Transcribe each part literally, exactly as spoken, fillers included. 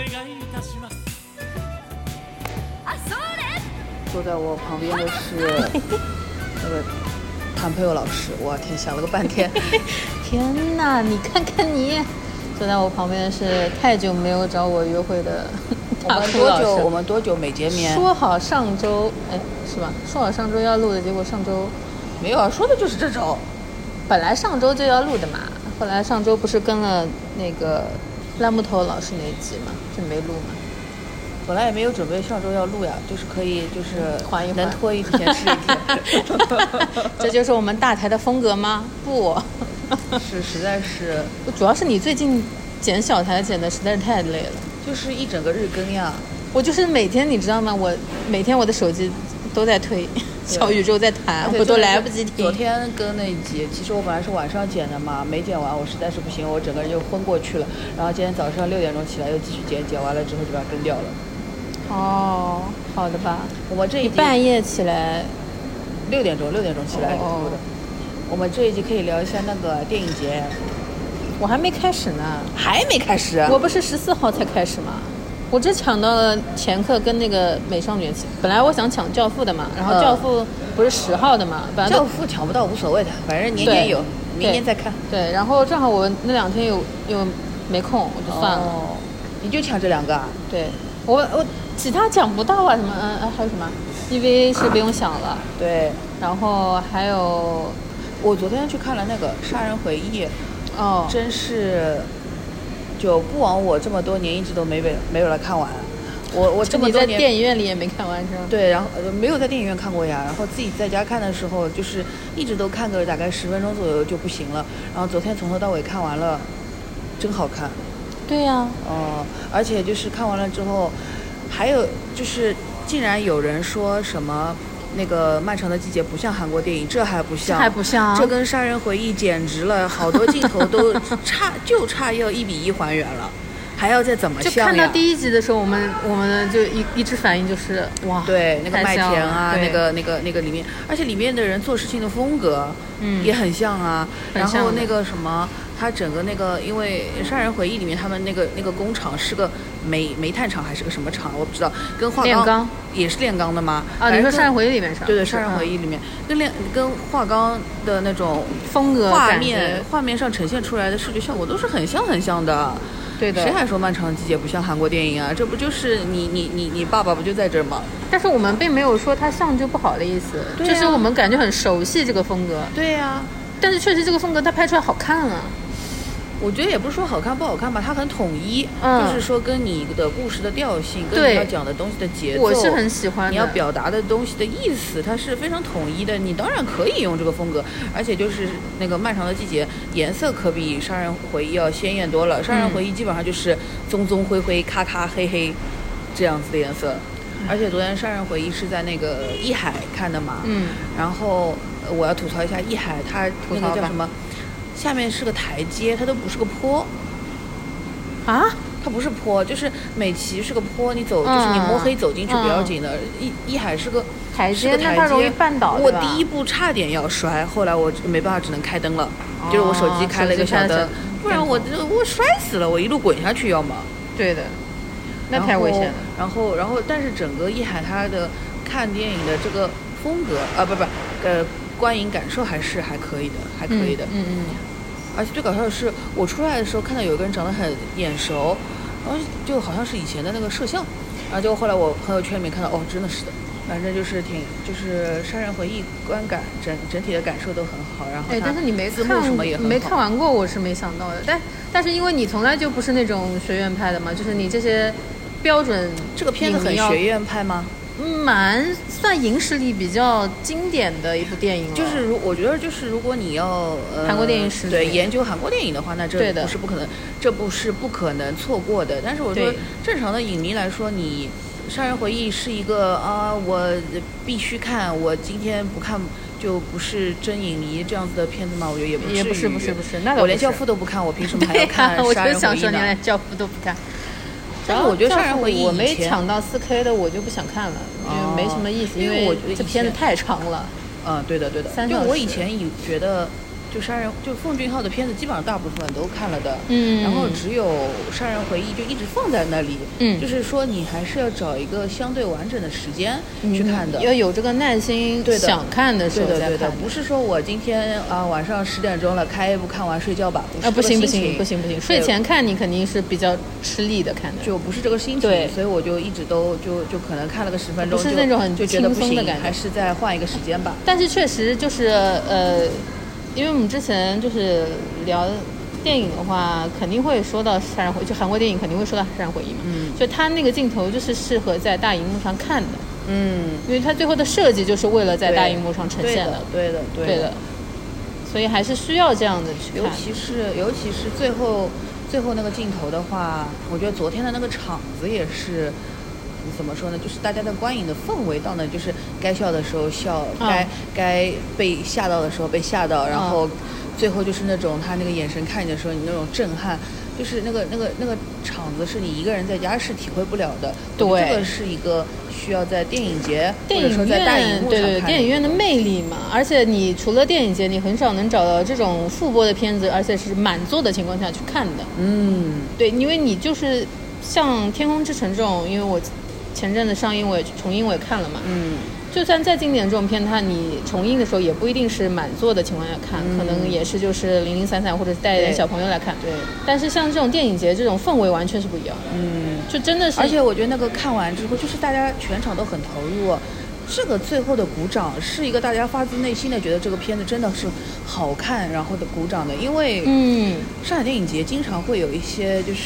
坐在我旁边的是那个谭佩友老师，我天，想了个半天。 天哪，你看看你！坐在我旁边的是太久没有找我约会的大哭老师。 我们多久？我们多久没见面？ 说好上周，哎，是吧？说好上周要录的，结果上周没有啊，说的就是这周。 本来上周就要录的嘛，后来上周不是跟了那个烂木头老师那一集嘛，就没录嘛。 本来也没有准备上周要录呀，就是可以就是缓一缓， 能拖一天是一天。 这就是我们大台的风格吗？不是，实在是。 主要是你最近剪小台剪的实在是太累了， 就是一整个日更呀。 我就是每天你知道吗？我每天我的手机都在推小宇宙在弹，我都来不及听。 昨天更那一集，其实我本来是晚上剪的嘛，没剪完，我实在是不行，我整个人就昏过去了。然后今天早上六点钟起来又继续剪，剪完了之后就把它更掉了。 哦，好的吧。 我们这一集半夜起来， 六点钟，六点钟起来录的。哦。我们这一集可以聊一下那个电影节。 我还没开始呢。 还没开始？ 我不是十四号才开始吗？我只抢到了前客跟那个美少女。本来我想抢教父的嘛，然后教父不是十号的嘛， 嗯、教父抢不到无所谓的，反正年年有，明年再看。 对，然后正好我那两天有又没空，我就算了。 哦，你就抢这两个啊？ 对，我我其他抢不到啊，什么嗯嗯还有什么 E V 是不用想了。啊、 对， 然后还有我昨天去看了那个《杀人回忆》， 哦， 真是。就不枉我这么多年一直都没被没有来看完，我我这么多年你在电影院里也没看完是吗？ 对，然后没有在电影院看过呀，然后自己在家看的时候，就是一直都看个大概十分钟左右就不行了，然后昨天从头到尾看完了，真好看。 对呀、啊， 哦、呃，而且就是看完了之后，还有就是竟然有人说什么。那个漫长的季节不像韩国电影，这还不像， 这还不像， 这跟杀人回忆简直了，好多镜头都差，就差要一比一还原了，还要再怎么像呀？ 就看到第一集的时候，我们我们就一一致反应就是哇， 对，那个麦田啊， 那个那个那个里面，而且里面的人做事情的风格，嗯，也很像啊。然后那个什么，他整个那个，因为杀人回忆里面他们那个那个工厂是个煤煤炭厂还是个什么厂，我不知道，跟化钢也是炼钢的吗？ 啊，你说杀人回忆里面是？ 对对，杀人回忆里面跟炼跟化钢的那种风格画面画面上呈现出来的视觉效果都是很像很像的。 对的， 谁还说漫长的季节不像韩国电影啊？这不就是你你你你爸爸不就在这儿吗？ 但是我们并没有说它像就不好的意思， 啊、 就是我们感觉很熟悉这个风格。 对呀、啊， 但是确实这个风格它拍出来好看啊。 我觉得也不是说好看不好看吧，它很统一， 嗯、 就是说跟你的故事的调性，跟你要讲的东西的节奏， 我是很喜欢的。 你要表达的东西的意思，它是非常统一的。你当然可以用这个风格，而且就是那个漫长的季节，颜色可比杀人回忆要鲜艳多了。杀人回忆基本上就是棕棕灰灰、咔咔黑黑这样子的颜色。嗯、而且昨天杀人回忆是在那个艺海看的嘛， 嗯， 然后我要吐槽一下艺海，它那个叫什么？下面是个台阶，它都不是个坡啊！ 它不是坡，就是美琪是个坡，你走、嗯、就是你摸黑走进去不要紧的。一、嗯、一海是个台阶， 是个台阶， 那它容易绊倒。 我第一步差点要摔，后来我没办法，只能开灯了，哦、就是我手机开了一个小灯，不然我我摔死了，我一路滚下去要么。 对的，那太危险了。 然后然后但是整个艺海它的看电影的这个风格啊，不不呃。观影感受还是还可以的，还可以的。 嗯 嗯, 嗯。 而且最搞笑的是，我出来的时候看到有一个人长得很眼熟，然后就好像是以前的那个摄像，然后就后来我朋友圈里面看到，哦，真的是的。反正就是挺，就是杀人回忆观感整整体的感受都很好。然后哎，但是你没看什么也很好没看完过，我是没想到的。但但是因为你从来就不是那种学院派的嘛，就是你这些标准， 这个片子很学院派吗？ 蛮算影史里比较经典的一部电影了。 就是如我觉得就是如果你要呃韩国电影史对研究韩国电影的话，那这不是不可能，这部是不可能错过的。但是我说正常的影迷来说，你《杀人回忆》是一个啊，我必须看，我今天不看就不是真影迷这样子的片子吗？我觉得也不是， 也不是不是不是，那我连《教父》都不看，我凭什么还要看《杀人回忆》呢？ 我就想说，你连《教父》都不看。 但是我觉得《杀人回忆》 我没抢到 四 K 的，我就不想看了， 哦、 就没什么意思， 因为我觉得这片子太长了。 嗯，对的对的。 三小时。 就我以前以觉得， 就杀人就奉俊昊的片子基本上大部分都看了的， 嗯， 然后只有杀人回忆就一直放在那里， 嗯， 就是说你还是要找一个相对完整的时间去看的， 嗯、要有这个耐心， 对的， 想看的时候再看， 对的对的，不是说我今天啊晚上十点钟了开一部看完睡觉吧，不是啊不行不行行不行不行，睡前看你肯定是比较吃力的看的， 就不是这个心情， 对， 所以我就一直都就就可能看了个十分钟， 不是那种很就觉得不行轻松的感觉， 还是再换一个时间吧。 但是确实就是呃。因为我们之前就是聊电影的话，肯定会说到杀人回忆，就韩国电影肯定会说到杀人回忆嘛。 嗯， 就他那个镜头就是适合在大荧幕上看的。 嗯， 因为他最后的设计就是为了在大荧幕上呈现的。对的，对的， 对的。所以还是需要这样的去看。 尤其是尤其是最后最后那个镜头的话，我觉得昨天的那个场子也是。怎么说呢？就是大家的观影的氛围到那，就是该笑的时候笑， 嗯、 该该被吓到的时候被吓到，然后最后就是那种他那个眼神看你的时候，你那种震撼，就是那个那个那个场子是你一个人在家是体会不了的。 对， 这个是一个需要在电影节电影院或者说在大荧幕上看的， 对对，电影院的魅力嘛。而且你除了电影节，你很少能找到这种复播的片子，而且是满座的情况下去看的。 嗯， 对，因为你就是像《天空之城》这种，因为我。前阵子上映我也重映我也看了嘛， 嗯， 就算再经典这种片，它你重映的时候也不一定是满座的情况下看， 嗯、 可能也是就是零零散散或者带一点小朋友来看。 对。 但是像这种电影节这种氛围完全是不一样的， 嗯， 就真的是。 而且我觉得那个看完之后，就是大家全场都很投入，这个最后的鼓掌是一个大家发自内心的觉得这个片子真的是好看，然后的鼓掌的，因为嗯， 上海电影节经常会有一些就是。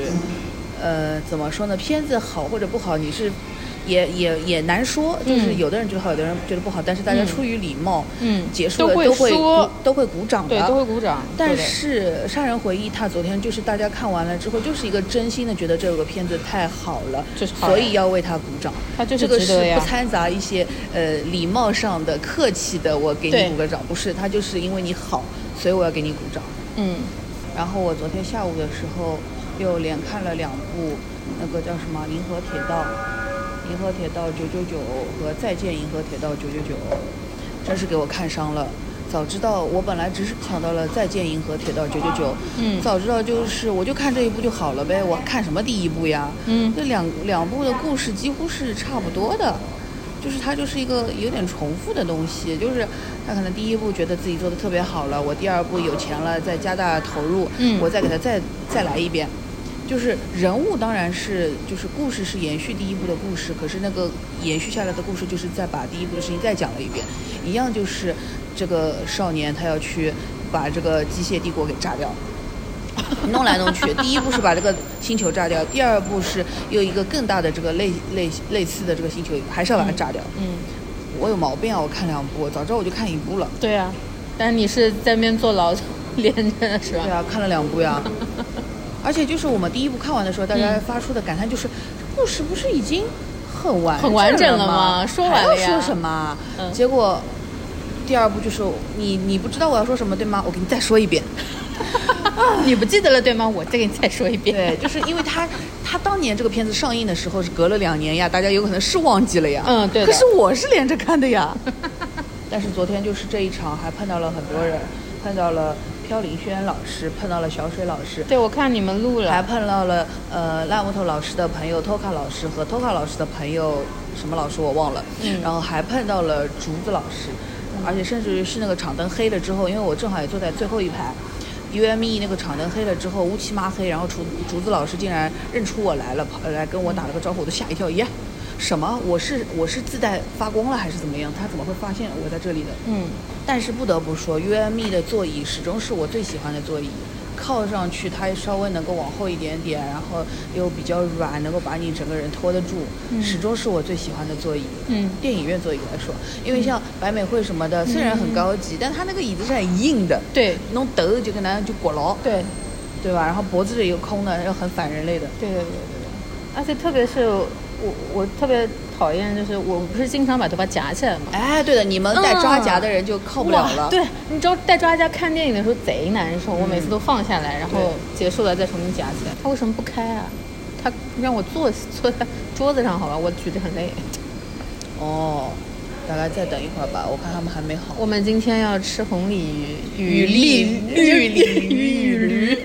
呃，怎么说呢？片子好或者不好，你是也也也难说。就是有的人觉得好，有的人觉得不好，但是大家出于礼貌， 嗯， 结束了都会说都会鼓掌的， 对，都会鼓掌。 但是《杀人回忆》他昨天就是大家看完了之后，就是一个真心的觉得这个片子太好了， 就是所以要为他鼓掌。 他就是这个是不掺杂一些呃礼貌上的客气的，我给你鼓个掌，不是，他就是因为你好，所以我要给你鼓掌。 嗯， 然后我昨天下午的时候。又连看了两部，那个叫什么《银河铁道》，《银河铁道九九九》和《再见银河铁道九九九》，真是给我看伤了。早知道我本来只是想到了《再见银河铁道九九九》， 嗯， 早知道就是我就看这一部就好了呗，我看什么第一部呀？ 嗯， 这两两部的故事几乎是差不多的。就是它就是一个有点重复的东西，就是他可能第一部觉得自己做的特别好了，我第二部有钱了再加大投入， 嗯， 我再给他再再来一遍。就是人物当然是就是故事是延续第一部的故事，可是那个延续下来的故事就是再把第一部的事情再讲了一遍，一样就是这个少年他要去把这个机械帝国给炸掉。弄来弄去，第一步是把这个星球炸掉，第二步是有一个更大的这个类类类似的这个星球，还是要把它炸掉。 嗯， 我有毛病啊！我看两部，早知道我就看一部了。 对啊，但是你是在那边坐牢连着是吧？ 对啊，看了两部呀。而且就是我们第一部看完的时候，大家发出的感叹就是，嗯、故事不是已经很完很完整了吗？说完了呀。 还要说什么？ 嗯、 结果第二部就是你你不知道我要说什么对吗？我给你再说一遍。 你不记得了对吗？我再给你再说一遍。 对，就是因为他他当年这个片子上映的时候是隔了两年呀，大家有可能是忘记了呀。 嗯，对。 可是我是连着看的呀。但是昨天就是这一场还碰到了很多人，碰到了飘零轩老师，碰到了小水老师。 对，我看你们录了。 还碰到了呃烂木头老师的朋友托卡老师和托卡老师的朋友什么老师我忘了。 嗯。 然后还碰到了竹子老师，嗯、而且甚至于是那个场灯黑了之后，因为我正好也坐在最后一排。U M E 那个场灯黑了之后乌漆麻黑，然后竹竹子老师竟然认出我来了，跑来跟我打了个招呼，我都吓一跳，耶，什么？我是我是自带发光了还是怎么样？他怎么会发现我在这里的？ 嗯， 但是不得不说 U M E 的座椅始终是我最喜欢的座椅，靠上去它稍微能够往后一点点，然后又比较软，能够把你整个人拖得住， 嗯、 始终是我最喜欢的座椅。 嗯， 电影院座椅来说，因为像百美汇什么的，嗯、虽然很高级，但它那个椅子是很硬的， 对， 弄头就跟那就裹牢， 对， 对吧？然后脖子这里又空的，又很反人类的。 对对对对对，而且特别是我我特别讨厌，就是我不是经常把头发夹起来吗？ 哎，对的，你们带抓夹的人就靠不了了。 嗯、对，你知道带抓夹看电影的时候贼难受，嗯、我每次都放下来，然后结束了再重新夹起来。他为什么不开啊？他让我坐坐在桌子上好吧，我举着很累。 哦，大概再等一会儿吧，我看他们还没好。 我们今天要吃红鲤鱼， 雨鲤玉鲤鱼雨驴，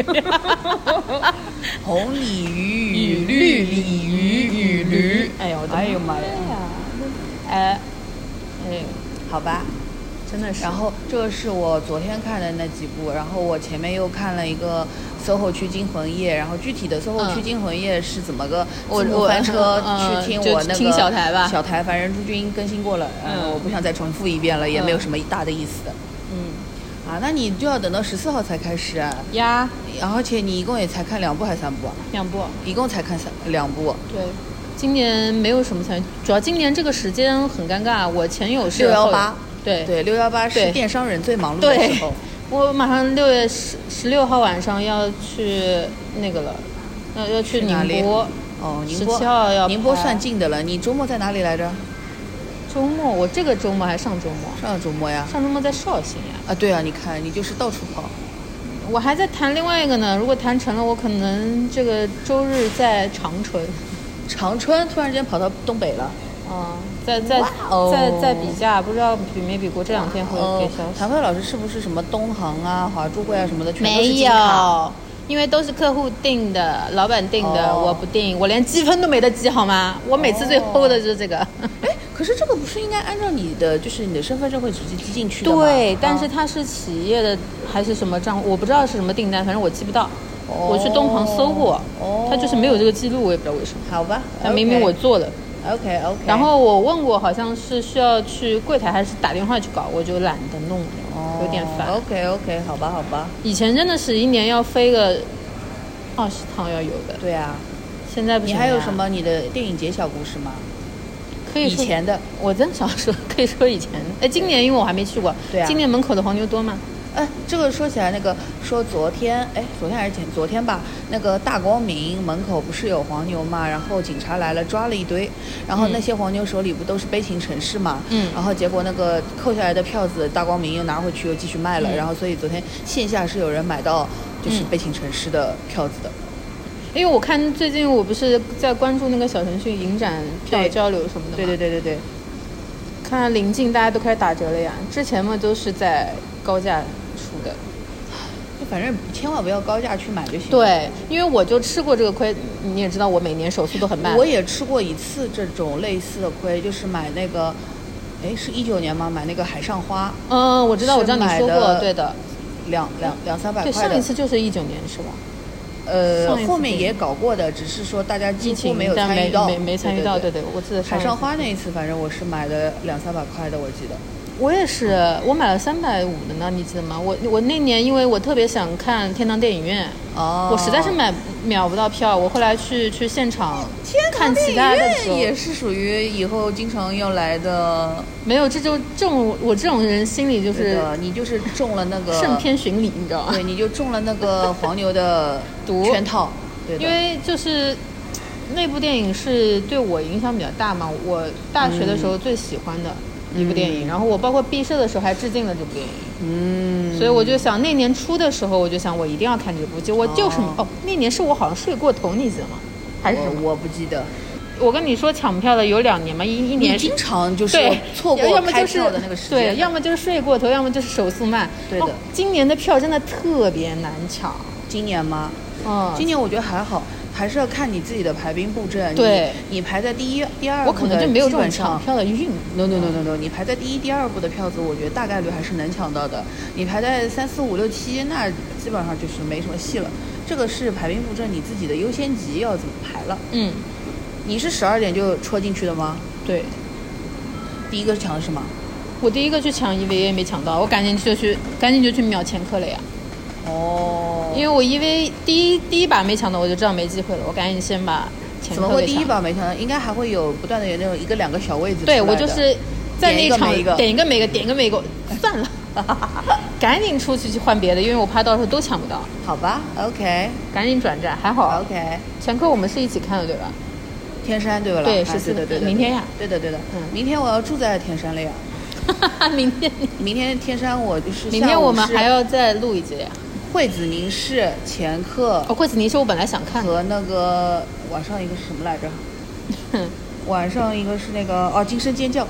红鲤鱼雨绿鲤鱼雨驴。 哎呦我的哎呦妈呀！ 哎哎， 好吧。 真的是。 然后这个是我昨天看的那几部，然后我前面又看了一个 S O H O 区惊魂夜，然后具体的 S O H O 区惊魂夜是怎么个字幕翻车，去听我那个听小台吧， 小台凡人诸君更新过了，嗯，我不想再重复一遍了，也没有什么大的意思的。 嗯， 啊，那你就要等到十四号才开始啊？ 呀， 而且你一共也才看两部还是三部啊？ 两部， 一共才看三两部。 对。今年没有什么参与，主要今年这个时间很尴尬，我前有事。 六幺八， 对对，六幺八是电商人最忙碌的时候。 我马上六月十十六号晚上要去那个了，要要去宁波。 哦，宁波。 十七号要。 宁波算近的了，你周末在哪里来着？ 周末，我这个周末还是上周末？ 上周末呀。 上周末在绍兴呀。 啊，对啊，你看你就是到处跑。 我还在谈另外一个呢，如果谈成了，我可能这个周日在长春。 长春突然间跑到东北了， 嗯，在在在在比价，不知道比没比过，这两天会给消息。 谭慧老师是不是什么东航啊、华住会啊什么的全都是没有，因为都是客户定的，老板定的，哦、我不定，我连积分都没得积好吗？我每次最后的就是这个。 哎、哦，可是这个不是应该按照你的就是你的身份证会直接积进去的吗？ 对，但是它是企业的还是什么账户，我不知道是什么订单，反正我记不到。Oh, 我去东航搜过，哦，他就是没有这个记录，我也不知道为什么。 好吧， 但明明我做了。 OK OK。 然后我问过，好像是需要去柜台还是打电话去搞，我就懒得弄了，哦，有点烦。 OK OK， 好吧好吧。 以前真的是一年要飞个二十趟要有的。 对啊。 现在不行。 你还有什么你的电影节小故事吗？ 可以说以前的， 我真想说，可以说以前。哎，今年因为我还没去过。 对啊。 今年门口的黄牛多吗？ 哎，这个说起来，那个说昨天，哎，昨天还是前昨天吧，那个大光明门口不是有黄牛嘛？然后警察来了，抓了一堆，然后那些黄牛手里不都是悲情城市嘛？嗯。然后结果那个扣下来的票子，大光明又拿回去又继续卖了，嗯、然后所以昨天线下是有人买到就是悲情城市的票子的。 嗯、因为我看最近我不是在关注那个小程序影展票交流什么的嘛？ 对对对对对。 看临近大家都开始打折了呀，之前嘛都是在高价。的， 就反正千万不要高价去买就行。 对，因为我就吃过这个亏，你也知道我每年手速都很慢。 我也吃过一次这种类似的亏，就是买那个，哎，是一九年吗？买那个海上花。 嗯，我知道，我知道你说过，对的， 两两两三百块的。 对，上一次就是一九年是吧？ 呃，后面也搞过的，只是说大家几乎没有参与到， 没没参与到，对对，我记得海上花那一次，反正我是买了两三百块的，我记得。 我也是，我买了三百五的呢，你记得吗？我我那年因为我特别想看天堂电影院，哦，我实在是买秒不到票，我后来去去现场看其他的时候， 也是属于以后经常要来的。 没有，这就这种我这种人心里就是你就是中了那个圣偏巡礼，你知道吗？ 对，你就中了那个黄牛的毒圈套，对的。 因为就是那部电影是对我影响比较大嘛，我大学的时候最喜欢的。嗯一部电影，然后我包括毕设的时候还致敬了这部电影，嗯，所以我就想那年初的时候，我就想我一定要看这部，结果就是 哦, 哦，那年是我好像睡过头，你记得吗？还是什么？ 我不记得。 我跟你说抢票的有两年嘛，一一年经常就是错过开票的那个时间， 对，要么就是睡过头，要么就是手速慢。 对的、哦， 今年的票真的特别难抢。 今年吗？ 嗯， 今年我觉得还好。还是要看你自己的排兵布阵。 对， 你, 你排在第一、第二， 我可能就没有这种抢票的运。 No no no no no， 你排在第一、第二部的票子，我觉得大概率还是能抢到的。你排在三四五六七，那基本上就是没什么戏了。这个是排兵布阵，你自己的优先级要怎么排了。 嗯， 你是十二点就戳进去的吗？ 对。 第一个抢的是什么？ 我第一个去抢 E V A 没抢到，我赶紧就去，赶紧就去秒前客了呀。 哦， 因为我因为第一第一把没抢到，我就知道没机会了，我赶紧先把前客给抢。怎么会第一把没抢到？应该还会有不断的有那种一个两个小位子。 对，我就是在那场点一个点一个每个点一个每个，算了，赶紧出去去换别的，因为我怕到时候都抢不到。 好吧 ，OK， 赶紧转战，还好 OK。 前客我们是一起看的对吧？ 天山对吧？ 对，是对的对的。 明天呀？ 对的对的，嗯，明天我要住在天山了呀。 明天明天天山我就是明天我们还要再录一集呀。 惠子凝视前客哦，惠子凝视我本来想看和那个晚上一个是什么来着？晚上一个是那个哦，惊声尖叫。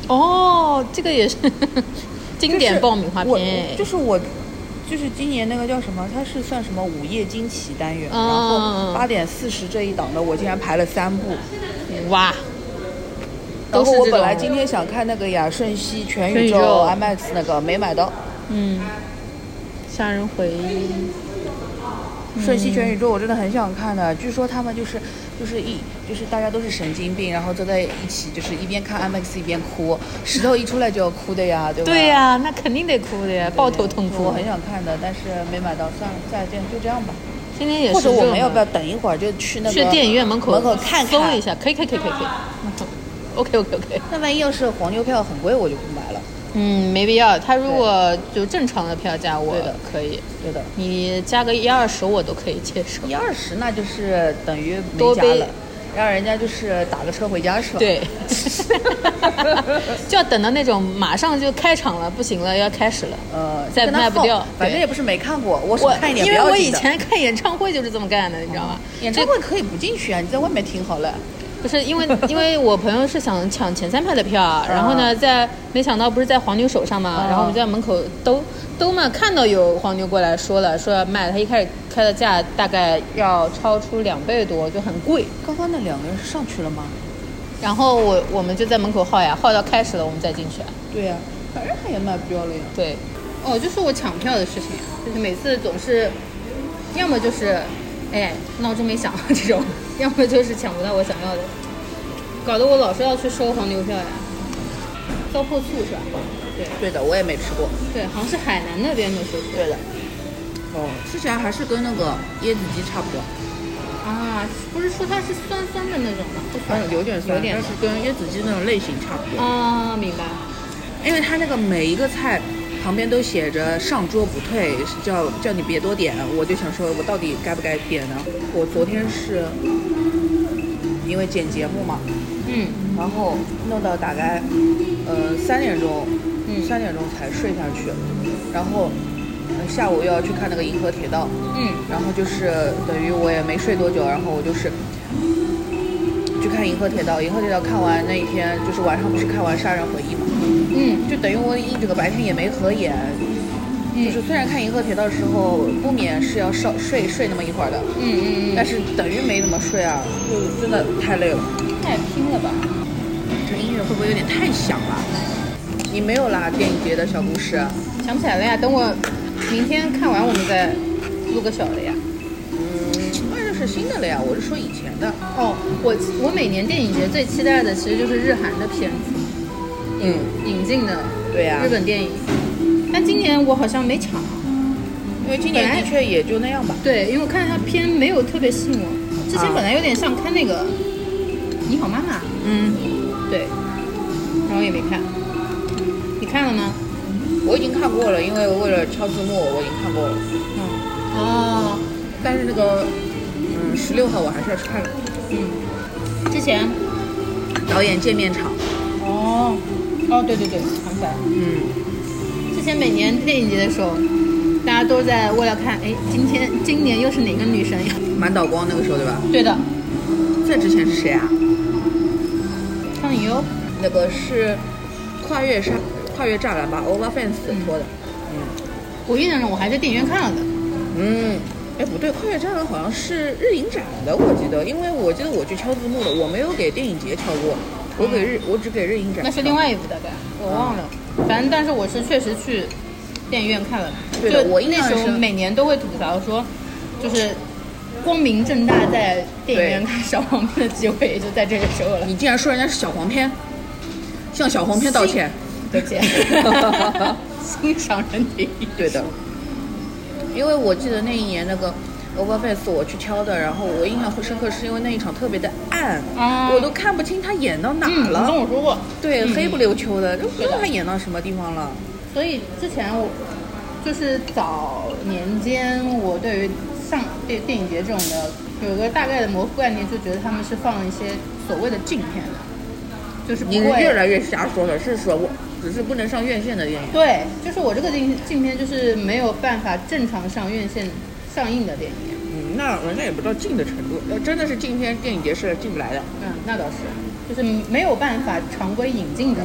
哦，这个也是经典爆米花片， 就是我。就是今年那个叫什么，它是算什么午夜惊奇单元， 嗯、 然后八点四十这一档的，我竟然排了三部， 哇！ 然后我本来今天想看那个呀，《瞬息全宇宙》I M A X 那个没买到。 嗯，杀人回忆。 瞬息全宇宙我真的很想看的，据说他们就是就是一就是大家都是神经病，然后坐在一起就是一边看 I M A X 一边哭，石头一出来就要哭的呀，对吧？ 对呀，那肯定得哭的呀，抱头痛哭。 我很想看的，但是没买到，算了，再见，就这样吧。 今天也是。 或者我们要不要等一会儿就去那个去电影院门口门口看看搜一下？可以可以可以可以可以。OK OK OK。 那万一要是黄牛票很贵，我就不买了。 嗯，没必要。他如果就正常的票价，我可以。 对的， 你加个一二十我都可以接受。 一二十那就是等于没加了，让人家就是打个车回家是吧？ 对，就要等到那种马上就开场了，不行了要开始了， 呃， 再卖不掉。 反正也不是没看过，我少看一点不要紧的。 因为我以前看演唱会就是这么干的，你知道吗？ 演唱会可以不进去啊，你在外面听好了。 不是因为，因为我朋友是想抢前三排的票，然后呢，在没想到不是在黄牛手上嘛，然后我们就在门口兜兜嘛，看到有黄牛过来说了，说要卖，他一开始开的价大概要超出两倍多，就很贵。 刚刚那两个人是上去了吗？ 然后我我们就在门口耗呀，耗到开始了，我们再进去。 对呀、啊，反正他也卖不掉了呀。 对，哦，就是我抢票的事情，就是每次总是，要么就是。哎，闹钟没响这种，要么就是抢不到我想要的，搞得我老是要去收黄牛票呀。糟粕醋是吧？对， 对的，我也没吃过。 对，好像是海南那边的说是。 对的。哦，吃起来还是跟那个椰子鸡差不多。 啊，不是说它是酸酸的那种吗？不酸， 有点酸，但是跟椰子鸡那种类型差不多。 啊，明白。 因为它那个每一个菜。旁边都写着上桌不退，叫叫你别多点，我就想说，我到底该不该点呢？我昨天是因为剪节目嘛， 嗯， 然后弄到大概呃三点钟， 嗯， 三点钟才睡下去，然后、呃、下午又要去看那个银河铁道， 嗯， 然后就是等于我也没睡多久，然后我就是去看银河铁道，银河铁道看完那一天就是晚上不是看完杀人回忆嘛。 嗯， 就等于我一整个白天也没合眼，嗯、就是虽然看银河铁道的时候不免是要稍睡睡那么一会儿的， 嗯嗯嗯， 但是等于没怎么睡啊，就真的太累了， 太拼了吧？ 这音乐会不会有点太响了？你没有啦，电影节的小故事？ 想不起来了呀，等我明天看完我们再录个小的呀。 嗯，那就是新的了呀，我是说以前的。 哦，我我每年电影节最期待的其实就是日韩的片子。 嗯， 引进的对呀、啊， 日本电影，但今年我好像没抢， 因为今年的确也就那样吧。 对，因为我看它片没有特别吸引我。之前本来有点像看那个《你好妈妈》， 嗯， 对，然后也没看。你看了吗？ 我已经看过了，因为为了敲字幕，我已经看过了。 嗯，哦， 但是那个，嗯，十六号我还是要去看的。 嗯，之前导演见面场。 哦，哦，对对对，想起来了。 嗯， 之前每年电影节的时候，大家都在为了看，哎，今天今年又是哪个女神呀？ 满岛光那个时候对吧？ 对的。 在之前是谁啊？ 苍井优。 那个是跨越栅跨越栅栏吧 ，Over Fence 拖的。嗯， 我印象中我还在电影院看了的。 嗯，哎不对，跨越栅栏好像是日影展的，我记得，因为我记得我去敲字幕的，我没有给电影节敲过。我给日，我只给日影展。 那是另外一部大概，我忘了。嗯、反正但是我是确实去电影院看了。 对的，我那时候每年都会吐槽说，就是光明正大在电影院看小黄片的机会也就在这个时候了。 你竟然说人家是小黄片，向小黄片道歉。 对不起。欣赏人的艺术。 对的。因为我记得那一年那个。Overface 我去敲的，然后我印象很深刻，是因为那一场特别的暗， 啊、 我都看不清他演到哪了。 嗯、你跟我说过， 对， 嗯、 黑不溜秋的，就不知道他演到什么地方了。 所以之前我就是早年间，我对于上电电影节这种的有个大概的模糊概念，就觉得他们是放一些所谓的禁片的，就是不会。 你越来越瞎说了，是说我只是不能上院线的电影。 对，就是我这个禁禁片就是没有办法正常上院线。上映的电影， 嗯，那人家也不知道禁的程度，要真的是禁片，电影节是进不来的。 嗯，那倒是，就是没有办法常规引进的。 嗯，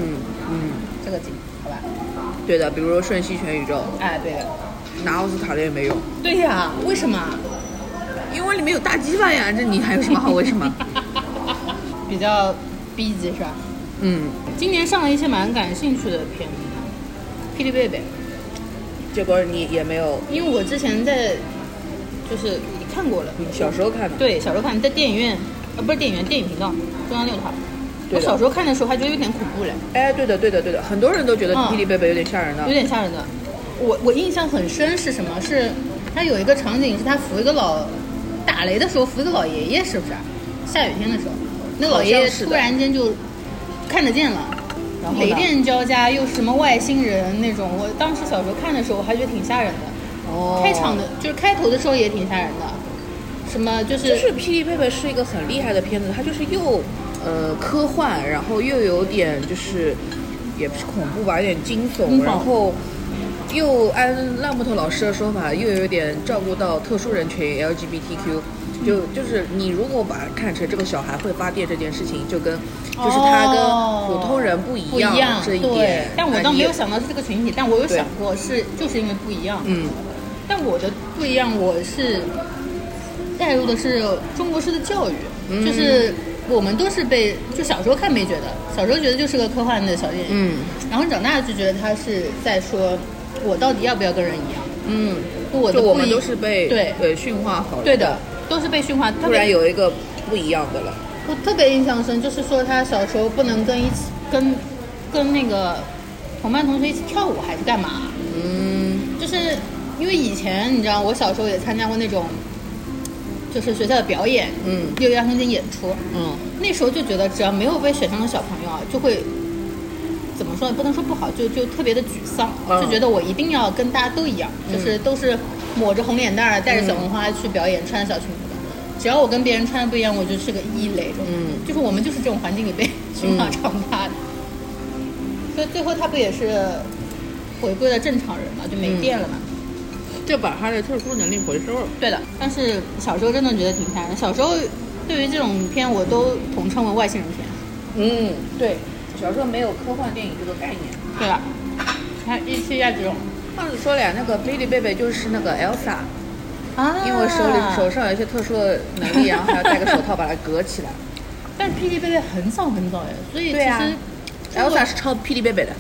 嗯， 这个景，好吧？ 对的，比如说《瞬息全宇宙》， 哎，对的， 拿奥斯卡的也没有。 对呀，为什么？ 因为里面有大鸡饭呀，这你还有什么好为什么？ 比较 B 级是吧？ 嗯， 今年上了一些蛮感兴趣的片子，霹雳贝贝， 结果你也没有， 因为我之前在就是看过了， 你小时候看的。 对，小时候看在电影院，呃，不是电影院，电影频道中央六套。我小时候看的时候还觉得有点恐怖嘞。 哎，对的，对的，对的，很多人都觉得霹雳贝贝有点吓人的， 有点吓人的。我我印象很深是什么？是他有一个场景是他扶一个老打雷的时候扶一个老爷爷，是不是？下雨天的时候，那老爷爷突然间就看得见了，然后雷电交加，又是什么外星人那种。我当时小时候看的时候，我还觉得挺吓人的。哦。开场的就是开头的时候也挺吓人的，什么就是就是霹雳贝贝是一个很厉害的片子，它就是又呃科幻，然后又有点就是也不是恐怖吧，有点惊悚，嗯、然后又按烂木头老师的说法，又有点照顾到特殊人群 L G B T Q。就就是你如果把它看成这个小孩会发电这件事情，就跟就是他跟普通人不一样， 不一样这一点。 对，但我倒没有想到是这个群体，但我有想过是就是因为不一样。 嗯， 但我的不一样，我是带入的是中国式的教育，嗯、就是我们都是被就小时候看没觉得，小时候觉得就是个科幻的小电影， 嗯， 然后长大就觉得他是在说我到底要不要跟人一样， 嗯， 我的就我们都是被对对驯化好了， 对的。都是被驯化， 突然有一个不一样的了。 我特别印象深，就是说他小时候不能跟一起跟跟那个同班同学一起跳舞，还是干嘛？ 嗯， 就是因为以前你知道，我小时候也参加过那种，就是学校的表演， 嗯， 六一儿童节演出， 嗯， 那时候就觉得只要没有被选上的小朋友啊，就会怎么说，不能说不好，就就特别的沮丧，嗯、就觉得我一定要跟大家都一样，嗯、就是都是。抹着红脸蛋儿，带着小红花去表演，嗯、穿着小裙子的。只要我跟别人穿的不一样，我就是个异类。 嗯， 就是我们就是这种环境里被驯化长大的。嗯、所以最后他不也是回归了正常人嘛，就没电了嘛， 嗯、就把他的特殊能力回收了。 对的，但是小时候真的觉得挺吓人。小时候对于这种片，我都统称为外星人片。 嗯，对，小时候没有科幻电影这个概念。 对了，还一期亚这种。 上次说了呀，那个霹雳贝贝就是那个 Elsa， 啊， 因为手里手上有一些特殊的能力，然后还要戴个手套把它隔起来。 但是霹雳贝贝很早很早哎，所以其实、 啊、Elsa 是抄霹雳贝贝的。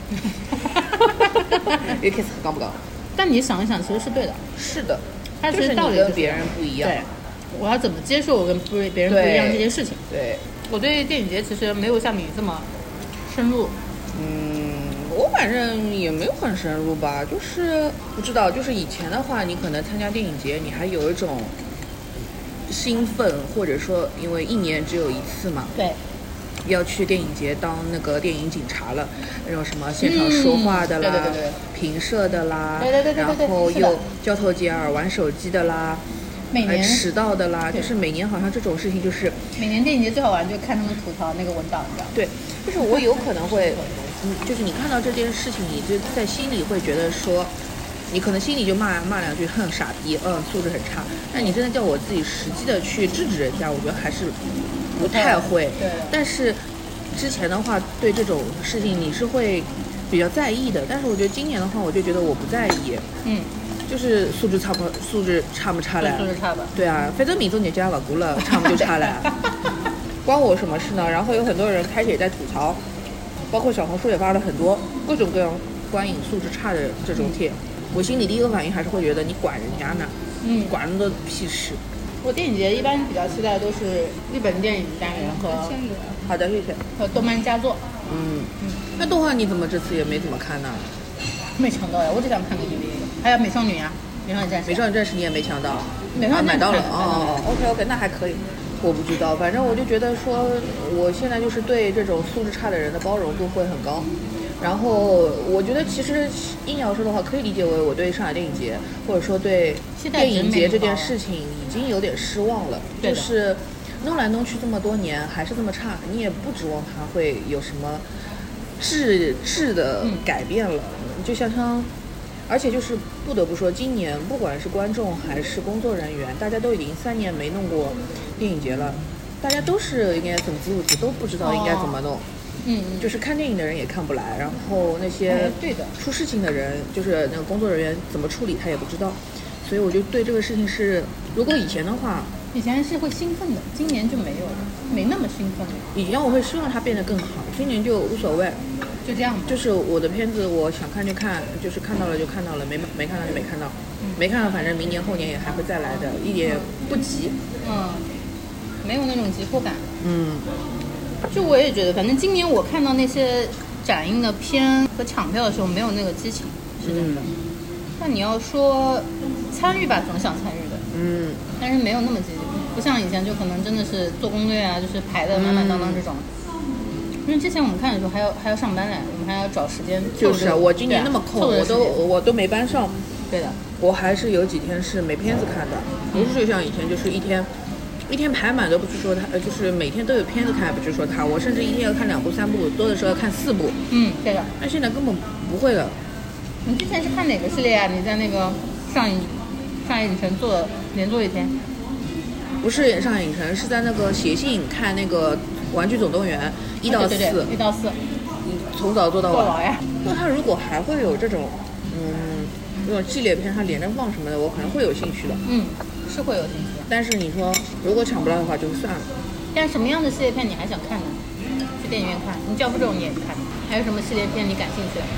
这 case 高不高？ 但你想一想，其实是对的。 是的， 它其实道理跟别人不一样。 对，我要怎么接受我跟不别人不一样这件事情？ 对， 我对电影节其实没有像你这么深入。 嗯。我反正也没有很深入吧，就是不知道，就是以前的话，你可能参加电影节，你还有一种兴奋，或者说因为一年只有一次嘛， 对， 要去电影节当那个电影警察了，那种什么现场说话的啦， 嗯、对对对对评摄的啦， 对对对对对对， 然后又交头接耳玩手机的啦。 每年迟到的啦，就是每年好像这种事情就是每年电影节最好玩，就看他们吐槽那个文档，你知道吗？ 对，就是我有可能会，嗯，就是你看到这件事情，你就在心里会觉得说，你可能心里就骂骂两句，哼，傻逼，嗯，素质很差。但你真的叫我自己实际的去制止人家，我觉得还是不太会。 对。 但是之前的话，对这种事情你是会比较在意的，但是我觉得今年的话，我就觉得我不在意。 嗯。 就是素质差不素质差不差嘞？ 素质差吧。 对啊，反正民众年纪也不过了，差不就差嘞。关我什么事呢？然后有很多人开始也在吐槽，包括小红书也发了很多各种各样观影素质差的这种帖。嗯、我心里第一个反应还是会觉得你管人家呢， 嗯， 管那么多屁事。 我电影节一般比较期待的都是日本电影单元和好的，谢谢。 和动漫佳作。 嗯嗯，那动画你怎么这次也没怎么看呢？ 没抢到呀，我只想看个 D V D。还有美少女呀、啊，美少女战士。 美少女战士你也没抢到， 美少女战士、啊、 买到了哦。OK OK， 那还可以。我不知道，反正我就觉得说，我现在就是对这种素质差的人的包容度会很高。然后我觉得其实硬要说的话，可以理解为我对上海电影节或者说对电影节这件事情已经有点失望了。就是弄来弄去这么多年还是这么差，你也不指望它会有什么质质的改变了。嗯、就像像，而且就是不得不说，今年不管是观众还是工作人员，大家都已经三年没弄过电影节了，大家都是应该怎么子都不知道应该怎么弄。哦， 嗯， 就是看电影的人也看不来，然后那些哎对的出事情的人，就是那个工作人员怎么处理他也不知道，所以我就对这个事情是，如果以前的话， 以前是会兴奋的，今年就没有了，没那么兴奋了。 以前我会希望它变得更好，今年就无所谓， 就这样吧。 就是我的片子我想看就看，就是看到了就看到了，没没看到就没看到，没看到反正明年后年也还会再来的，一点不急。 嗯，没有那种急迫感。 嗯。 就我也觉得，反正今年我看到那些展映的片和抢票的时候，没有那个激情，是真的。嗯、但你要说参与吧，总想参与的， 嗯， 但是没有那么积极，不像以前就可能真的是做攻略啊，就是排的满满当当这种。嗯、因为之前我们看的时候还要还要上班嘞，我们还要找时间。 就是我今年那么空，我都我都没班上。 对的， 我还是有几天是没片子看的，不是就像以前就是一天。一天排满都不是说他，就是每天都有片子看，不是说他，我甚至一天要看两部、三部，多的时候要看四部。 嗯，对的。 但现在根本不会了。 你之前是看哪个系列啊？你在那个上影上海影城做连做一天？ 不是上海影城，是在那个协信看那个《玩具总动员》一到四， 一到四， 从早做到晚。 做呀。 那他如果还会有这种，嗯，这种系列片，他连着放什么的，我可能会有兴趣的。 嗯，是会有兴趣。 但是你说如果抢不到的话就算了。 但什么样的系列片你还想看呢？去电影院看？你教父这种你也看？还有什么系列片你感兴趣的？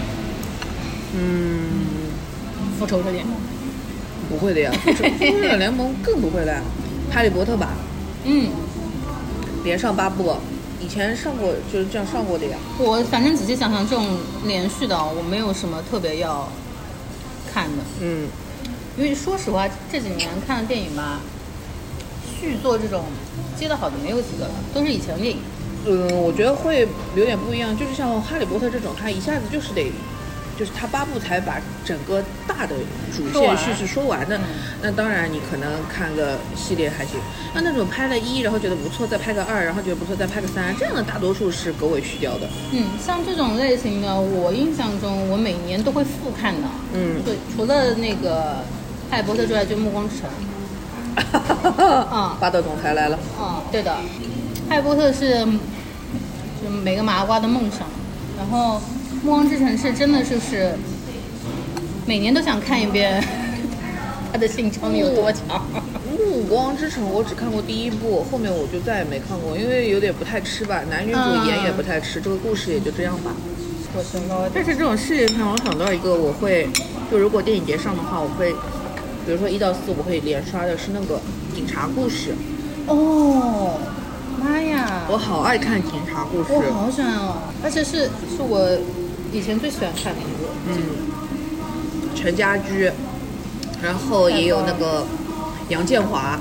嗯， 复仇者联盟。 不会的呀，复仇者联盟更不会的呀。哈利波特吧。 嗯。 连上八部，以前上过就是这样上过的呀。 我反正仔细想想，这种连续的我没有什么特别要看的。 嗯。 因为说实话，这几年看的电影吧，续作这种接得好的没有几个了，都是以前的电影。 嗯，我觉得会有点不一样，就是像《哈利波特》这种，它一下子就是得，就是它八部才把整个大的主线叙事说完的。嗯、那当然，你可能看个系列还行。那那种拍了一，然后觉得不错，再拍个二，然后觉得不错，再拍个三，这样的大多数是狗尾续貂的。 嗯，像这种类型的，我印象中我每年都会复看的。 嗯， 对，除了那个。哈利波特之外就《暮光之城》， 嗯，霸道总裁来了。 嗯，对的，哈利波特是就每个麻瓜的梦想，然后《暮光之城》是真的就是每年都想看一遍他的性张力有多强。 暮光之城我只看过第一部，后面我就再也没看过，因为有点不太吃吧，男女主演也不太吃，嗯、这个故事也就这样吧。 我知道， 但是这种系列片，我想到一个，我会就如果电影节上的话，我会。比如说一到四，我会连刷的是那个警察故事。 哦，妈呀！ 我好爱看警察故事， 我好喜欢哦，而且是是我以前最喜欢看的一个。 嗯，陈家驹，然后也有那个杨建华，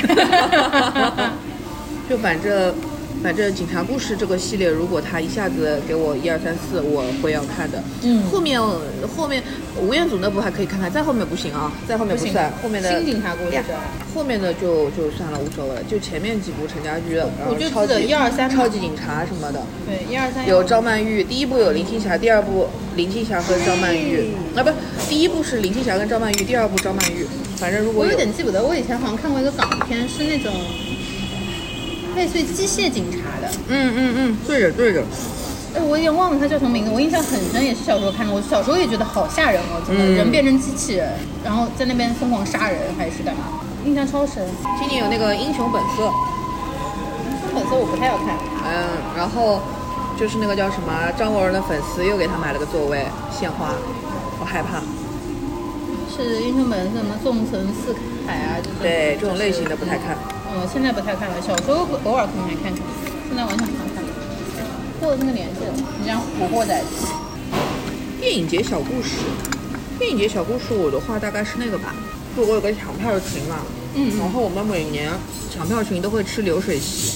就反正反正警察故事这个系列，如果他一下子给我一二三四，我会要看的。 嗯， 后面后面吴彦祖那部还可以看看，再后面不行啊，再后面不算，后面的新警察故事， 后面的就就算了，无所谓了。就前面几部陈家驹的，然后超级一二三超级警察什么的， 对一二三有张曼玉，第一部有林青霞，第二部林青霞和张曼玉，啊不，第一部是林青霞跟张曼玉，第二部张曼玉。反正如果我有点记不得，我以前好像看过一个港片，是那种。类似于机械警察的， 嗯嗯嗯，对着对着。 哎，我有点忘了他叫什么名字，我印象很深，也是小时候看的。我小时候也觉得好吓人哦，怎么人变成机器人，嗯、然后在那边疯狂杀人还是干嘛？印象超深。 今年有那个《英雄本色》， 英雄本色我不太要看。 嗯，然后就是那个叫什么张国荣的粉丝又给他买了个座位，献花，我害怕。 是英雄本色什么纵横四海啊？就是、 对，这种类型的不太看。 嗯，现在不太看了，小时候偶尔可能还看看，现在完全不看看了。过了那个年纪了，你这样活过在一起。 电影节小故事，电影节小故事我的话大概是那个吧，就我有个抢票群嘛， 嗯， 然后我们每年抢票群都会吃流水席。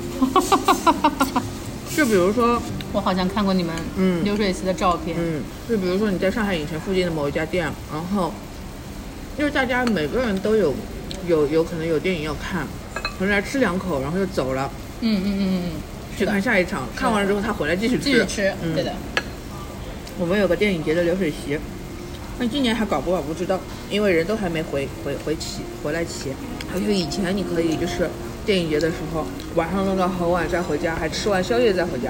就比如说， 我好像看过你们嗯流水席的照片， 嗯，就比如说你在上海影城附近的某一家店，然后因为大家每个人都有。有有可能有电影要看，可能来吃两口，然后就走了。 嗯嗯嗯嗯， 去看下一场，看完了之后他回来继续吃。 继续吃， 嗯， 对的。 我们有个电影节的流水席，但今年还搞不搞不知道，因为人都还没回回回齐回来齐。还有以前你可以就是电影节的时候晚上弄到很晚再回家，还吃完宵夜再回家。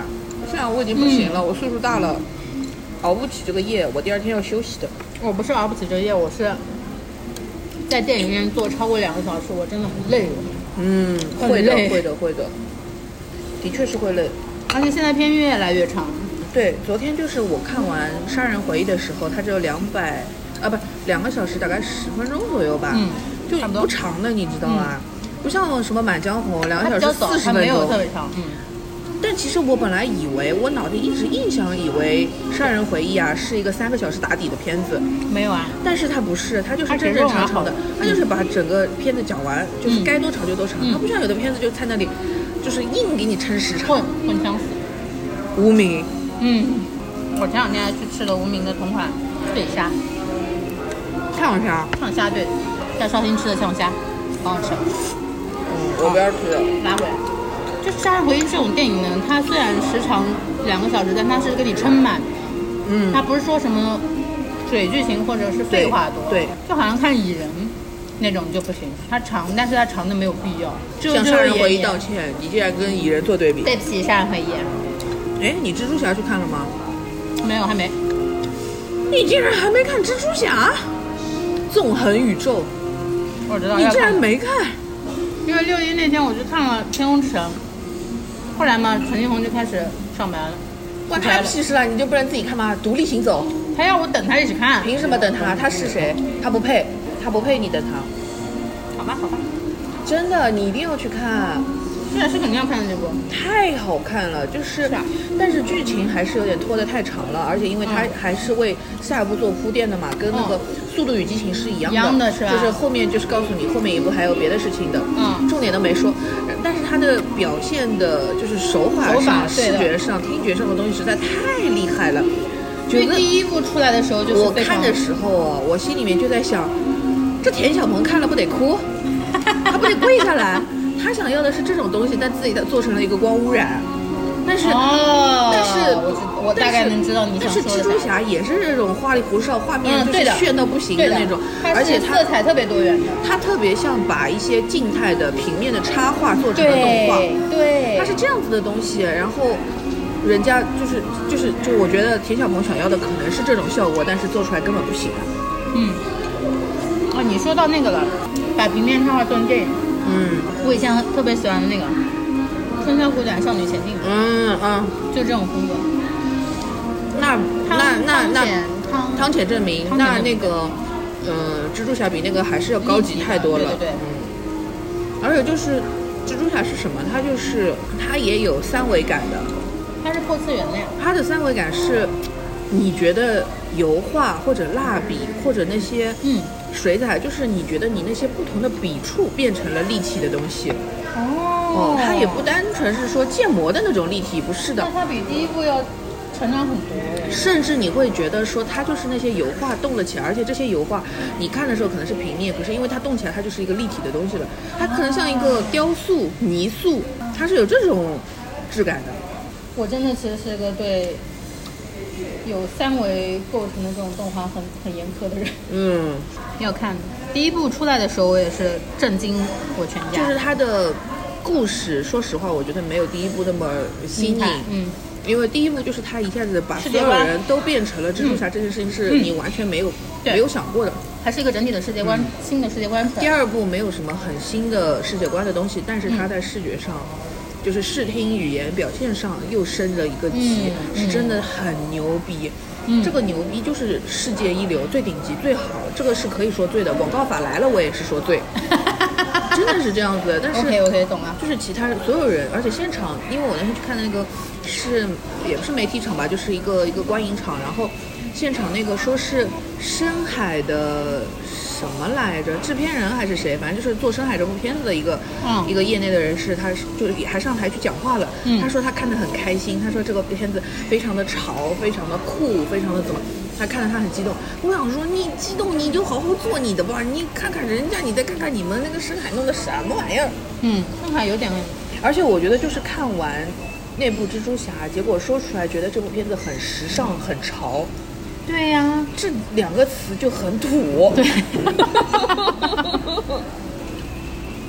现在我已经不行了，嗯、我岁数大了，熬不起这个夜，我第二天要休息的。 我不是熬不起这个夜，我是在电影院坐超过两个小时，我真的很累了。 嗯，会的，会的，会的，的确是会累。 而且现在片越来越长。 对，昨天就是我看完《杀人回忆》的时候，它只有两百啊，不，两个小时，大概十分钟左右吧， 嗯， 就不长的，你知道吗？嗯、不像什么《满江红》两个小时四十分钟， 没有特别长，嗯。 但其实我本来以为，我脑子一直印象以为《杀人回忆》啊是一个三个小时打底的片子， 没有啊。 但是它不是，它就是正正常常的，它就是把整个片子讲完，嗯、就是该多长就多长。嗯、它不像有的片子就在那里，就是硬给你撑时长。 混混相似。 无名， 嗯，我前两天还去吃了无名的同款醉虾， 呛虾， 呛虾对，在绍兴吃的呛虾，好好吃。 嗯，我不要吃了， 拉回来。就是《杀人回忆》这种电影呢，它虽然时长两个小时，但它是给你撑满。嗯，它不是说什么水剧情或者是废话多， 对，对就好像看蚁人那种就不行，它长，但是它长的没有必要。就向《杀人回忆》道歉，你竟然跟蚁人做对比。 对不起，《杀人回忆》。 哎，你蜘蛛侠去看了吗？ 没有，还没。 你竟然还没看蜘蛛侠？纵横宇宙， 我知道。 你竟然没看？ 因为六一那天我去看了《天空之城》。后来嘛，陈金红就开始上班了。 关他屁事啊！你就不能自己看吗？独立行走。 他要我等他一起看。 凭什么等他？他是谁？他不配，他不配你等他。 好吧，好吧。 真的，你一定要去看。 现在是肯定要看的这部。 太好看了，就是，是啊、但是剧情还是有点拖得太长了，而且因为它还是为下一步做铺垫的嘛，跟那个《速度与激情》是一样的， 一样的是吧？ 就是后面就是告诉你后面一部还有别的事情的，嗯，重点都没说，但是它的表现的就是手法上、视觉上、听觉上的东西实在太厉害了。 就第一部出来的时候，就是我看的时候啊，我心里面就在想，这田小鹏看了不得哭，他不得跪下来。他想要的是这种东西，但自己他做成了一个光污染。但是， 哦、 但是我我大概能知道你想说的。 但是蜘蛛侠也是这种花里胡哨，画面就是炫到不行的那种， 嗯、 而且它色彩特别多元的。 它特别像把一些静态的平面的插画做成了动画， 对， 它是这样子的东西。然后人家就是就是就我觉得田小鹏想要的可能是这种效果，但是做出来根本不行。 嗯，哦，你说到那个了，把平面插画做成电影。 嗯， 我以前特别喜欢的那个《春宵苦短，少女前进》。 嗯嗯， 就这种风格。 那那那那汤汤浅证明，那那个呃，蜘蛛侠比那个还是要高级太多了。 对对对。 嗯，而且就是蜘蛛侠是什么？它就是它也有三维感的。 它是破次元的呀。 它的三维感是，你觉得油画或者蜡笔或者那些嗯。水彩就是你觉得你那些不同的笔触变成了立体的东西哦，哦，它也不单纯是说建模的那种立体，不是的。 那它比第一部要成长很多， 甚至你会觉得说它就是那些油画动了起来，而且这些油画你看的时候可能是平面，可是因为它动起来，它就是一个立体的东西了，它可能像一个雕塑、泥塑，它是有这种质感的。 我真的其实是一个对有三维构成的这种动画很很严苛的人。嗯，要看第一部出来的时候，我也是震惊我全家。 就是它的故事，说实话，我觉得没有第一部那么新颖。嗯，因为第一部就是他一下子把所有人都变成了蜘蛛侠，这件事情是你完全没有、嗯、没有想过的。 还是一个整体的世界观、嗯、新的世界观出来。 第二部没有什么很新的世界观的东西，但是它在视觉上。嗯，就是视听语言表现上又升了一个级、嗯、是真的很牛逼、嗯、这个牛逼就是世界一流最顶级最好，这个是可以说对的，广告法来了我也是说对真的是这样子的。但是 OK OK 懂了， 就是其他所有人，而且现场因为我那天去看的那个是也不是媒体场吧，就是一个一个观影场，然后现场那个说是深海的什么来着，制片人还是谁，反正就是做深海这部片子的一个、嗯、一个业内的人士，他就还上台去讲话了、嗯、他说他看得很开心，他说这个片子非常的潮，非常的酷，非常的怎么，他看得他很激动。我想说你激动你就好好做你的吧，你看看人家，你再看看你们那个深海弄的什么玩意儿。 嗯，深海有点， 而且我觉得就是看完那部蜘蛛侠，结果说出来觉得这部片子很时尚很潮。 对呀、啊， 这两个词就很土。 对。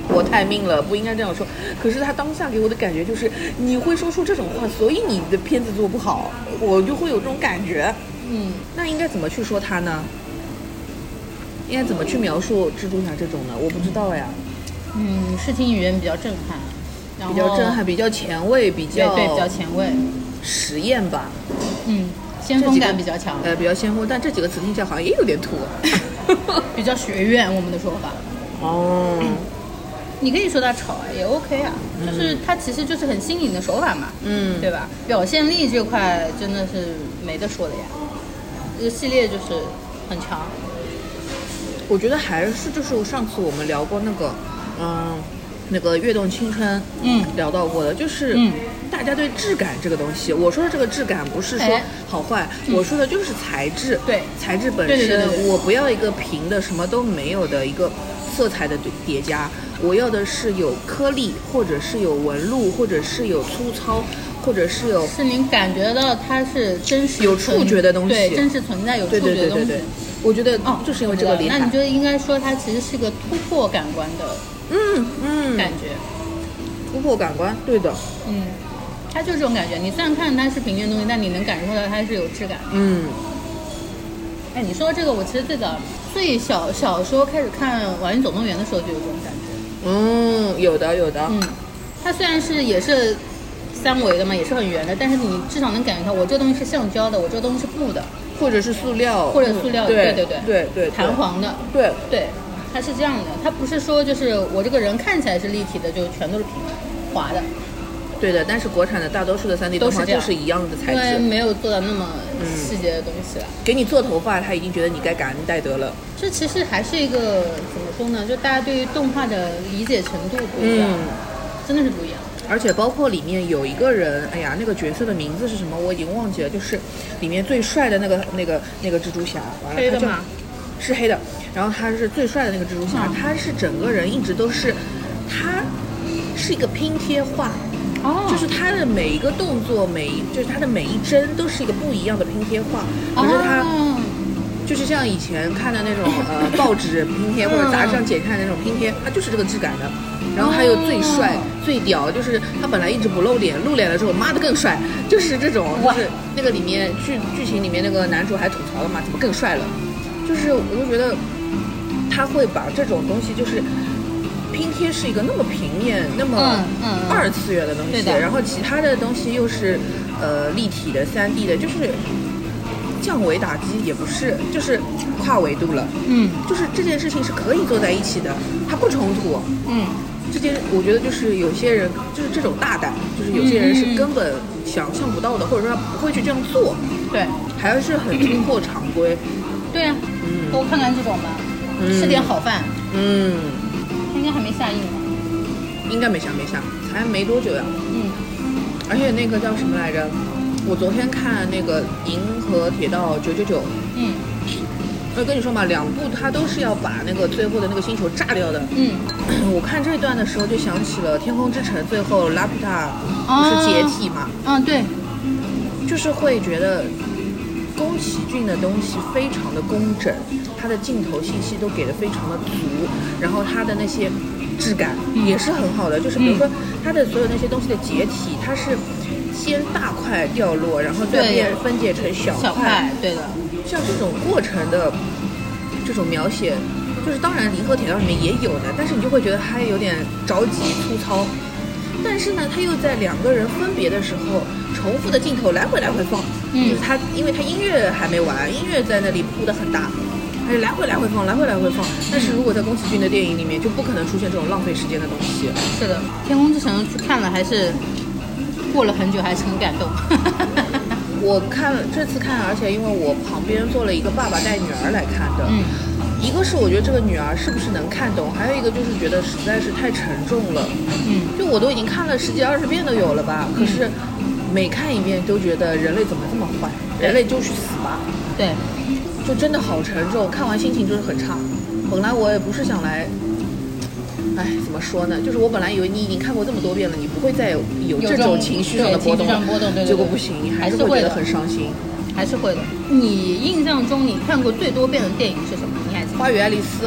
我太命了，不应该这样说。可是他当下给我的感觉就是你会说出这种话，所以你的片子做不好，我就会有这种感觉。 嗯， 那应该怎么去说他呢？应该怎么去描述蜘蛛侠这种呢？我不知道呀。 嗯，视听语言比较震撼，然后比较震撼，比较前卫，比较对对比较前卫， 实验吧。 嗯，先锋感比较强。 呃，比较先锋，但这几个词听起来好像也有点土。 比较学院，我们的说法。 哦。嗯， 你可以说它丑啊，也 OK 啊，就是它其实就是很新颖的手法嘛，嗯，对吧？表现力这块真的是没得说的呀，这个系列就是很强。 我觉得还是就是上次我们聊过那个，嗯，那个跃动青春，嗯，聊到过的，就是大家对质感这个东西，我说的这个质感不是说好坏，哎、我说的就是材质， 对， 材质本身， 对对对对对， 我不要一个平的什么都没有的一个色彩的叠加，我要的是有颗粒，或者是有纹路，或者是有粗糙，或者是有是您感觉到它是真实有触觉的东西， 对，真实存在有触觉的东西。 对对对对对，我觉得哦，就是因为这个厉害。 那你就应该说它其实是个突破感官的， 嗯嗯， 感觉， 突破感官，对的， 嗯，它就是这种感觉。你虽然看它是平面东西，但你能感受到它是有质感。 嗯。 哎，你说这个，我其实最早最小小时候开始看《玩具总动员》的时候就有这种感觉。 嗯，有的有的。 嗯，它虽然是也是三维的嘛，也是很圆的，但是你至少能感觉到，我这个东西是橡胶的，我这个东西是布的， 或者是塑料， 或者塑料的， 嗯、对对对对对， 弹簧的， 对对，它是这样的，它不是说就是我这个人看起来是立体的，就全都是平滑的。 对的，但是国产的大多数的 三 D 动画就是一样的材质， 因为没有做到那么细节的东西了。嗯、 给你做头发，他已经觉得你该感恩戴德了。 这其实还是一个怎么说呢？就大家对于动画的理解程度不一样，嗯、真的是不一样。 而且包括里面有一个人，哎呀，那个角色的名字是什么？我已经忘记了，就是里面最帅的那个那个那个蜘蛛侠，完了黑的吗？ 是黑的，然后他是最帅的那个蜘蛛侠，嗯、他是整个人一直都是，他是一个拼贴画。哦，就是他的每一个动作，每一就是他的每一帧都是一个不一样的拼贴画，可是他、哦、就是像以前看的那种呃报纸拼贴或者杂志上剪下来的那种拼贴，它就是这个质感的。然后还有最帅、哦、最屌，就是他本来一直不露脸，露脸了之后，妈的更帅，就是这种，就是那个里面剧剧情里面那个男主还吐槽了嘛，怎么更帅了？就是我就觉得他会把这种东西就是。拼贴是一个那么平面、那么二次元的东西，嗯嗯、然后其他的东西又是呃立体的、三 D 的，就是降维打击也不是，就是跨维度了。嗯，就是这件事情是可以做在一起的，它不冲突。嗯，这件我觉得就是有些人就是这种大胆，就是有些人是根本想象不到的，嗯、或者说他不会去这样做。 对， 还是很突破常规。 对呀、啊，嗯，多看看这种吧，嗯、吃点好饭。嗯。应该还没下映吧？ 应该没下没下，才没多久呀。嗯，而且那个叫什么来着？我昨天看那个《银河铁道九九九》。嗯，我跟你说嘛，两部它都是要把那个最后的那个星球炸掉的。嗯，我看这一段的时候就想起了《天空之城》，最后拉普塔不是解体嘛？ 嗯、哦，对， 就是会觉得。宫崎骏的东西非常的工整，他的镜头信息都给的非常的足，然后他的那些质感也是很好的，嗯、就是比如说他的所有那些东西的解体，它是先大块掉落，然后再变分解成小块， 小块，对的， 像这种过程的这种描写，就是当然《银河铁道》里面也有的，但是你就会觉得他有点着急粗糙。但是呢，他又在两个人分别的时候，重复的镜头来回来回放，嗯，就是他，因为他音乐还没完，音乐在那里铺得很大，还来回来回放，来回来回放。但是如果在宫崎骏的电影里面，就不可能出现这种浪费时间的东西。 是的，《天空之城》去看了，还是过了很久，还是很感动。 我看了这次看，而且因为我旁边坐了一个爸爸带女儿来看的，嗯。一个是我觉得这个女儿是不是能看懂，还有一个就是觉得实在是太沉重了。嗯，就我都已经看了十几二十遍都有了吧，可是每看一遍都觉得人类怎么这么坏，人类就去死吧。 对， 就真的好沉重，看完心情就是很差。本来我也不是想来，哎，怎么说呢？就是我本来以为你已经看过这么多遍了，你不会再有有这种情绪上的波动了， 波动对对对， 结果不行，你还是会觉得很伤心。 还是会的。你印象中你看过最多遍的电影是什么？你还记得？ 花与爱丽丝。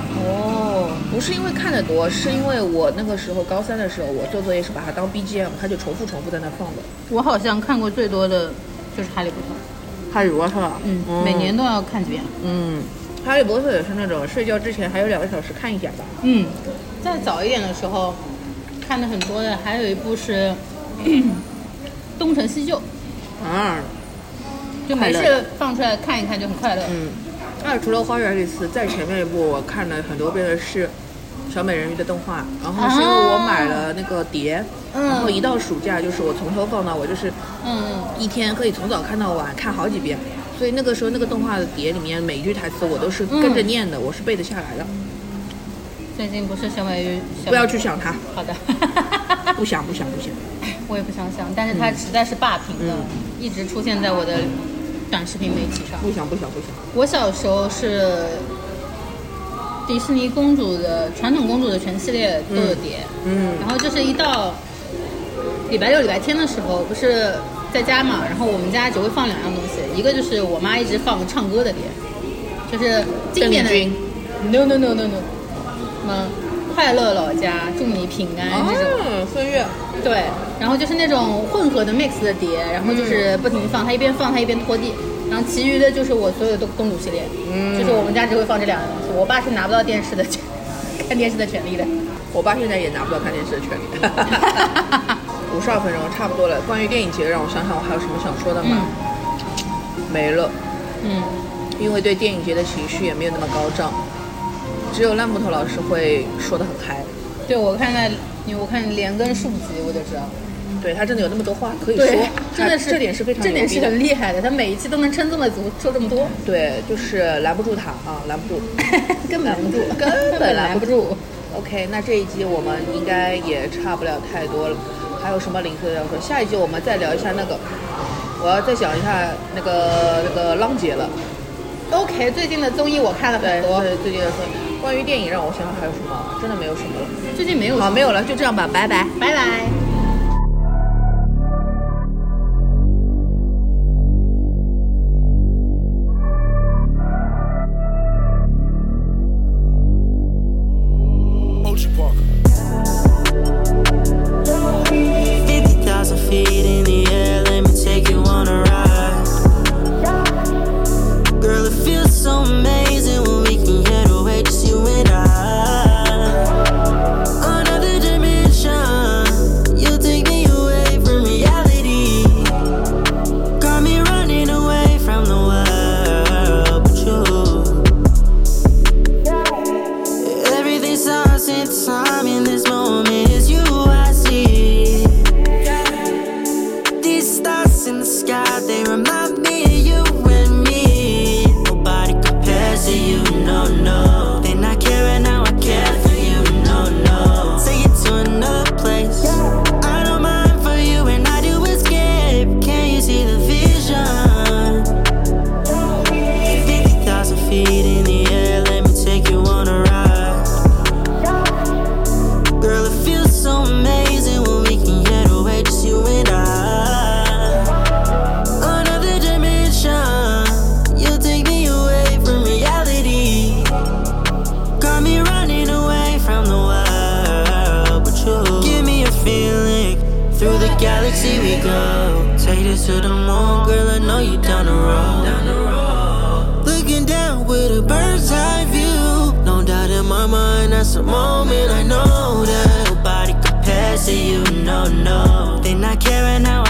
哦，不是因为看得多，是因为我那个时候高三的时候，我做作业是把它当 B G M， 它就重复重复在那放的。 我好像看过最多的就是哈利波特。 哈利波特， 嗯，嗯每年都要看几遍。 嗯，哈利波特也是那种睡觉之前还有两个小时看一下吧。 嗯，再早一点的时候看的很多的，还有一部是东成西就。 啊， 就没事放出来看一看就很快乐。 嗯，那除了《花园爱丽丝》，在前面一部我看了很多遍的是小美人鱼的动画，然后是因为我买了那个碟，啊、然后一到暑假就是我从头放到尾，就是嗯一天可以从早看到晚，看好几遍。所以那个时候那个动画的碟里面每一句台词我都是跟着念的，嗯、我是背得下来的。 最近不是小美人鱼， 不要去想它。 好的， 不想不想不想。 我也不想想，但是它实在是霸屏的，嗯、一直出现在我的短视频媒体上。 不想不想不想。 我小时候是迪士尼公主的传统公主的全系列都有碟，嗯，然后就是一到礼拜六礼拜天的时候，不是在家嘛，然后我们家只会放两样东西，一个就是我妈一直放唱歌的碟，就是经典的 No No No No No 什么快乐老家祝你平安这种， 嗯，孙悦， 对，然后就是那种混合的 mix 的碟，然后就是不停放，它一边放它一边拖地，然后其余的就是我所有的公主系列，嗯，就是我们家只会放这两样东西，我爸是拿不到电视的看电视的权利的， 我爸现在也拿不到看电视的权利。五十二分钟差不多了，关于电影节让我想想我还有什么想说的吗？嗯、没了，嗯，因为对电影节的情绪也没有那么高涨。只有烂木头老师会说得很嗨。 对，我看看，因为我看连根竖集我就知道， 对他真的有那么多话可以说， 真的是这点是非常这点是很厉害的，他每一期都能撑这么足，说这么多。 对，就是拦不住他啊，拦不住， 根本拦不住， 根本拦不住。 OK， 那这一集我们应该也差不了太多了。还有什么零碎的要说？下一集我们再聊一下那个，我要再讲一下那个那个浪姐了。 OK， 最近的综艺我看了很多。 对，最近的综艺。关于电影，让我想想还有什么？真的没有什么了。 最近没有。 好，没有了，就这样吧，拜拜， 拜拜。 Galaxy we go, take this to the moon, girl, I know you down the road, down the road. Looking down with a bird's eye view, no doubt in my mind, that's the moment I know that nobody compares to you, no, no. They not caring how